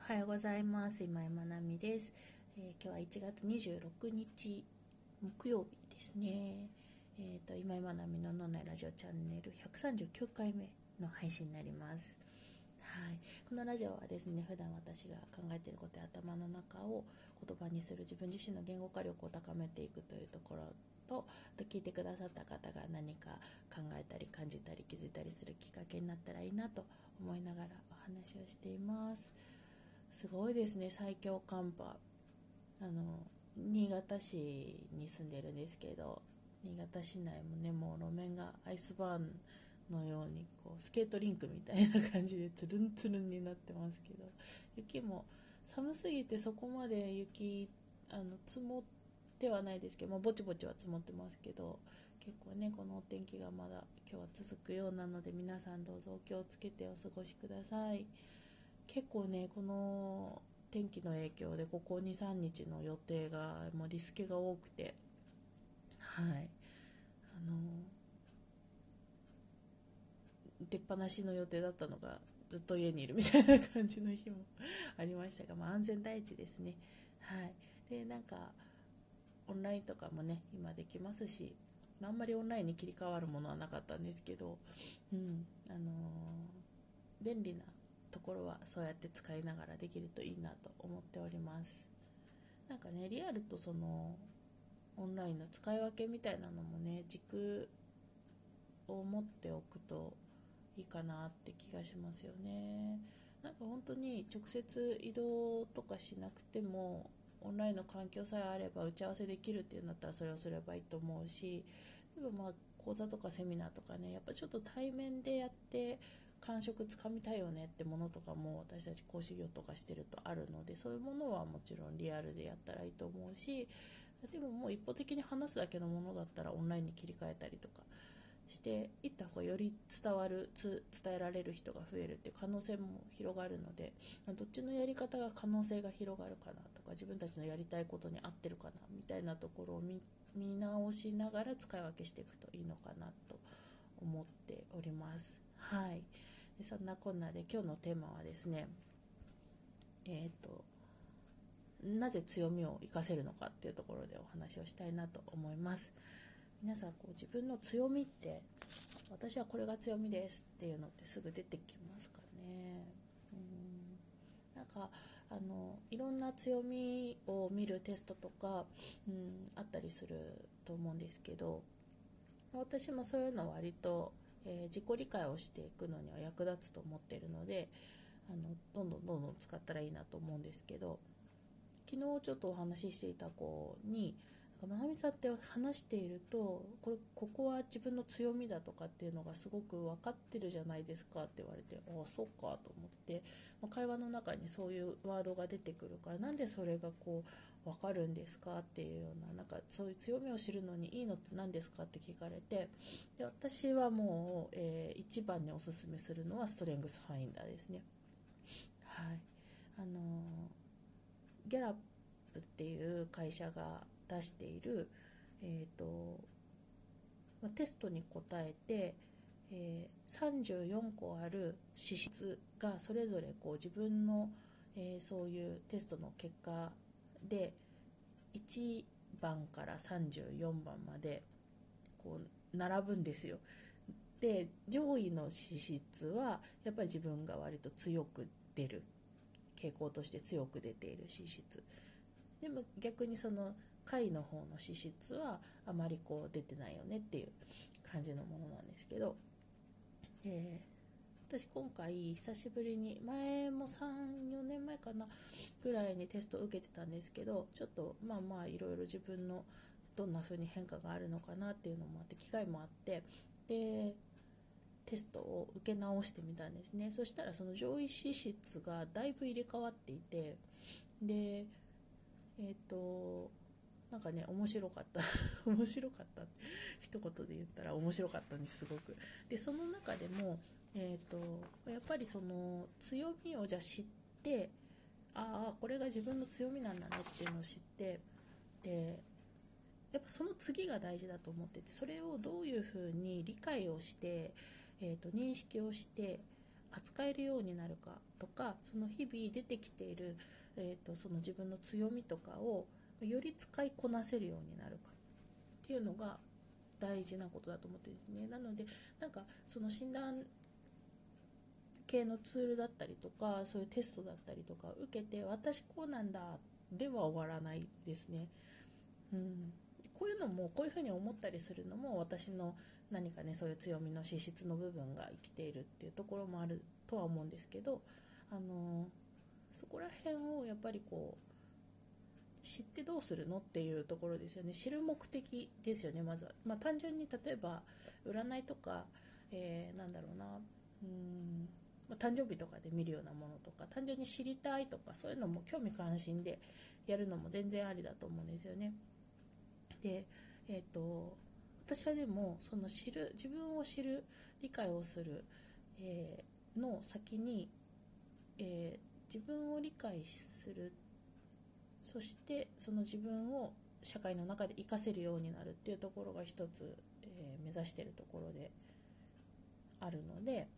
おはようございます。今井まなみです。今日は1月26日木曜日ですね。今井まなみの脳内ラジオチャンネル139回目の配信になります。はい、このラジオはですね、普段私が考えていることや頭の中を言葉にする自分自身の言語化力を高めていくというところと、聞いてくださった方が何か考えたり感じたり気づいたりするきっかけになったらいいなと思いながらお話をしています。すごいですね、最強寒波。新潟市に住んでるんですけど、新潟市内もね、もう路面がアイスバーンのようにスケートリンクみたいな感じでつるんつるんになってますけど、雪も寒すぎてそこまで雪積もってはないですけど、ぼちぼちは積もってますけど、結構ね、このお天気がまだ今日は続くようなので、皆さんどうぞお気をつけてお過ごしください。結構ね、この天気の影響でここ2、3日の予定がもうリスケが多くて、はい、出っ放しの予定だったのがずっと家にいるみたいな感じの日もありましたが、安全第一ですね。はい。で、オンラインとかもね、今できますし、あんまりオンラインに切り替わるものはなかったんですけど、便利なところはそうやって使いながらできるといいなと思っております。リアルとそのオンラインの使い分けみたいなのもね、軸を持っておくといいかなって気がしますよね。本当に直接移動とかしなくてもオンラインの環境さえあれば打ち合わせできるっていうんだったらそれをすればいいと思うし、例えば講座とかセミナーとかね、やっぱちょっと対面でやって感触つかみたいよねってものとかも私たち講師業とかしてるとあるので、そういうものはもちろんリアルでやったらいいと思うし、でももう一方的に話すだけのものだったらオンラインに切り替えたりとかしていった方がより伝えられる人が増えるっていう可能性も広がるので、どっちのやり方が可能性が広がるかなとか、自分たちのやりたいことに合ってるかなみたいなところを見直しながら使い分けしていくといいのかなと思っております。はい。でそんなこんなで今日のテーマはですね、なぜ強みを生かせるのかっていうところでお話をしたいなと思います。皆さん自分の強みって、私はこれが強みですっていうのってすぐ出てきますかね。いろんな強みを見るテストとか、あったりすると思うんですけど、私もそういうのは割と、自己理解をしていくのには役立つと思っているので、どんどん使ったらいいなと思うんですけど、昨日ちょっとお話ししていた子に、まなみさんって話しているとここは自分の強みだとかっていうのがすごく分かってるじゃないですかって言われて、ああそうかと思って、会話の中にそういうワードが出てくるから、なんでそれが分かるんですかっていうような、そういう強みを知るのにいいのって何ですかって聞かれて、で私はもう、一番におすすめするのはストレングスファインダーですね。はい。ギャラップっていう会社が出している、テストに答えて、34個ある資質がそれぞれ自分の、そういうテストの結果で1番から34番まで並ぶんですよ。で上位の資質はやっぱり自分が割と強く出る傾向として強く出ている資質でも、逆にその下位の方の資質はあまり出てないよねっていう感じのものなんですけど、私今回久しぶりに、前も3、4年前かなぐらいにテストを受けてたんですけど、ちょっといろいろ自分のどんな風に変化があるのかなっていうのもあって、機会もあって、でテストを受け直してみたんですね。そしたらその上位資質がだいぶ入れ替わっていて、で面白かった面白かった一言で言ったら面白かったんです、すごく。でその中でも、やっぱりその強みをじゃあ知って、これが自分の強みなんだねっていうのを知って、でやっぱその次が大事だと思ってて、それをどういうふうに理解をして、認識をして、 扱えるようになるかとか、その日々出てきている、その自分の強みとかをより使いこなせるようになるかっていうのが大事なことだと思ってるんですね。なのでなんかその診断系のツールだったりとか、そういうテストだったりとか受けて、私こうなんだでは終わらないですね。こういうのも、こういうふうに思ったりするのも、私の何かね、そういう強みの資質の部分が生きているっていうところもあるとは思うんですけど、そこら辺をやっぱりこう知ってどうするのっていうところですよね。知る目的ですよね、まずは。単純に例えば占いとか、なんだろうな、誕生日とかで見るようなものとか、単純に知りたいとか、そういうのも興味関心でやるのも全然ありだと思うんですよね。で、私はでもその自分を知る、理解をする、の先に、自分を理解する、そしてその自分を社会の中で活かせるようになるっていうところが一つ、目指しているところであるので、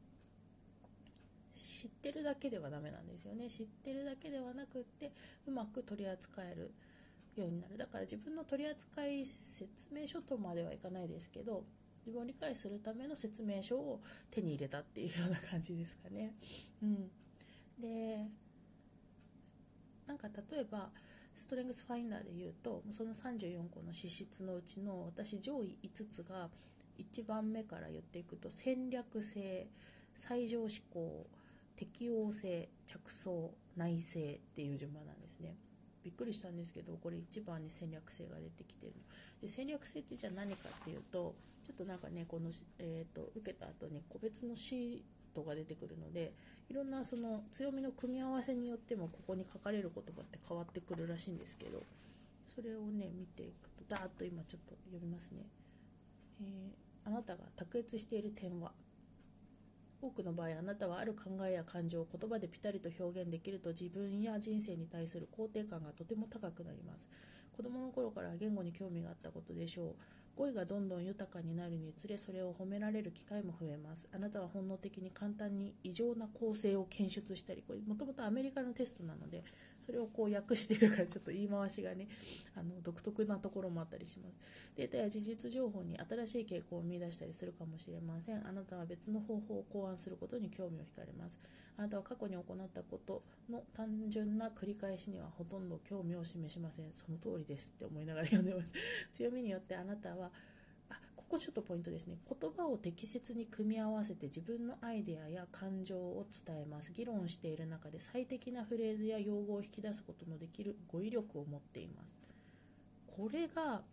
知ってるだけではダメなんですよね。知ってるだけではなくって、うまく取り扱えるようになる。だから自分の取扱説明書とまではいかないですけど、自分を理解するための説明書を手に入れたっていうような感じですかね。で、なんか例えばストレングスファインダーで言うと、その34個の資質のうちの私上位5つが、1番目から言っていくと、戦略性、最上思考、適応性、着想、内省っていう順番なんですね。びっくりしたんですけど、これ1番に戦略性が出てきてる。で、戦略性ってじゃあ何かっていうと、ちょっとなんかね、この、受けた後に個別のシートが出てくるので、いろんなその強みの組み合わせによってもここに書かれる言葉って変わってくるらしいんですけど、それをね見ていくと、ダーッと今ちょっと読みますね。あなたが卓越している点は、多くの場合あなたはある考えや感情を言葉でピタリと表現できると、自分や人生に対する肯定感がとても高くなります。子供の頃から言語に興味があったことでしょう。語彙がどんどん豊かになるにつれ、それを褒められる機会も増えます。あなたは本能的に簡単に異常な構成を検出したり、これもともとアメリカのテストなので、それをこう訳しているからちょっと言い回しがね、独特なところもあったりします。データや事実情報に新しい傾向を見出したりするかもしれません。あなたは別の方法を考案することに興味を惹かれます。あなたは過去に行ったことの単純な繰り返しにはほとんど興味を示しません。その通りですって思いながら読んでます。強みによってあなたは、ここちょっとポイントですね。言葉を適切に組み合わせて自分のアイデアや感情を伝えます。議論している中で最適なフレーズや用語を引き出すことのできる語彙力を持っています。これが、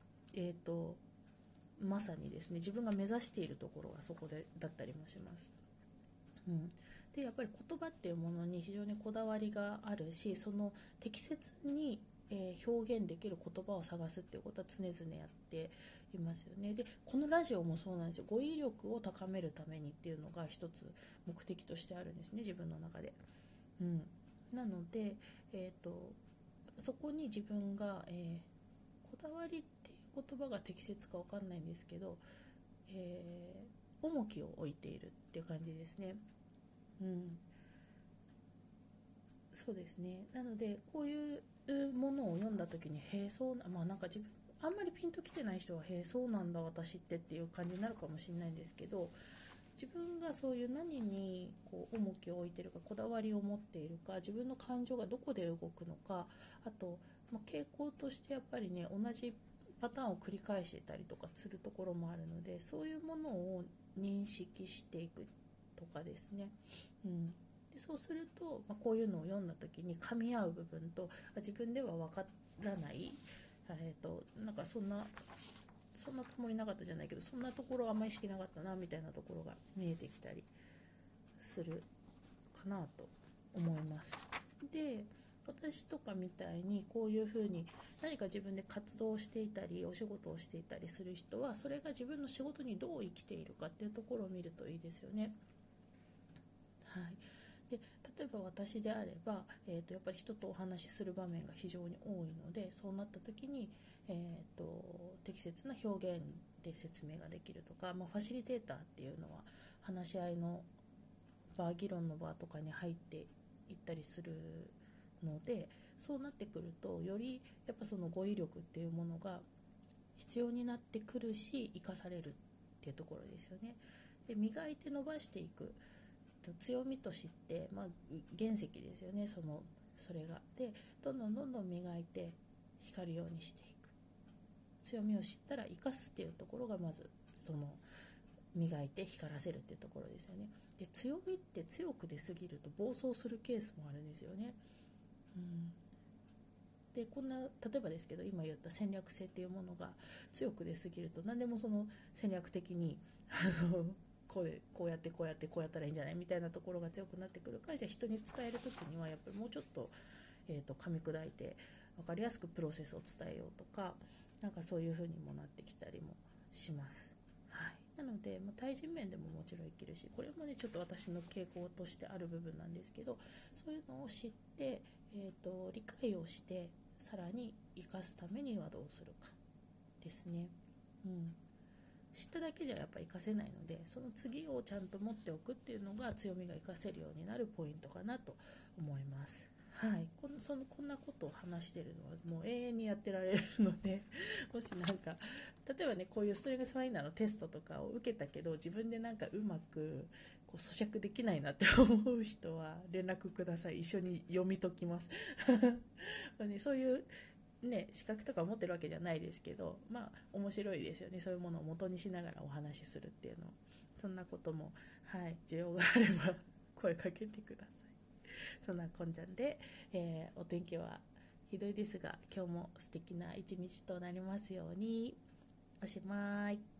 まさにですね、自分が目指しているところがそこでだったりもします。でやっぱり言葉っていうものに非常にこだわりがあるし、その適切に表現できる言葉を探すっていうことは常々やっていますよね。でこのラジオもそうなんですよ。語彙力を高めるためにっていうのが一つ目的としてあるんですね、自分の中で。なので、そこに自分が、こだわりっていう言葉が適切か分かんないんですけど、重きを置いているっていう感じですね。そうですね。なのでこういうものを読んだ時に、へえそうな、なんか自分あんまりピンときてない人は、へえそうなんだ私ってっていう感じになるかもしれないんですけど、自分がそういう何にこう重きを置いているか、こだわりを持っているか、自分の感情がどこで動くのか、あと、傾向としてやっぱりね、同じパターンを繰り返していたりとかするところもあるので、そういうものを認識していくとかですね。でそうすると、こういうのを読んだ時に噛み合う部分と、自分では分からない、なんかそんなつもりなかったじゃないけど、そんなところあんまり意識なかったなみたいなところが見えてきたりするかなと思います。で私とかみたいにこういうふうに何か自分で活動していたりお仕事をしていたりする人は、それが自分の仕事にどう生きているかっていうところを見るといいですよね。で例えば私であれば、やっぱり人とお話しする場面が非常に多いので、そうなった時に、適切な表現で説明ができるとか、ファシリテーターっていうのは話し合いの場議論の場とかに入っていったりするので、そうなってくるとよりやっぱその語彙力っていうものが必要になってくるし、生かされるっていうところですよね。で磨いて伸ばしていく強みとして、原石ですよね。それがでどんどん磨いて光るようにしていく。強みを知ったら生かすっていうところがまずその磨いて光らせるっていうところですよね。で強みって強く出過ぎると暴走するケースもあるんですよね。でこんな例えばですけど、今言った戦略性っていうものが強く出過ぎると、何でもその戦略的にこうやったらいいんじゃないみたいなところが強くなってくるから、じゃあ人に伝える時にはやっぱりもうちょっと、噛み砕いて分かりやすくプロセスを伝えようとか、なんかそういう風にもなってきたりもします。はい、なので、対人面でももちろんいけるし、これもねちょっと私の傾向としてある部分なんですけど、そういうのを知って、理解をしてさらに生かすためにはどうするかですね。知っただけじゃやっぱ活かせないので、その次をちゃんと持っておくっていうのが強みが活かせるようになるポイントかなと思います。はい、こんなことを話してるのはもう永遠にやってられるのでもしなんか例えばね、こういうストレングスファインダーのテストとかを受けたけど、自分でなんかうまくこう咀嚼できないなって思う人は連絡ください。一緒に読み解きますそういう資格とか持ってるわけじゃないですけど、面白いですよね。そういうものを元にしながらお話しするっていうの。そんなことも、需要があれば声かけてください。そんなこんちゃんで、お天気はひどいですが、今日も素敵な一日となりますように。おしまい。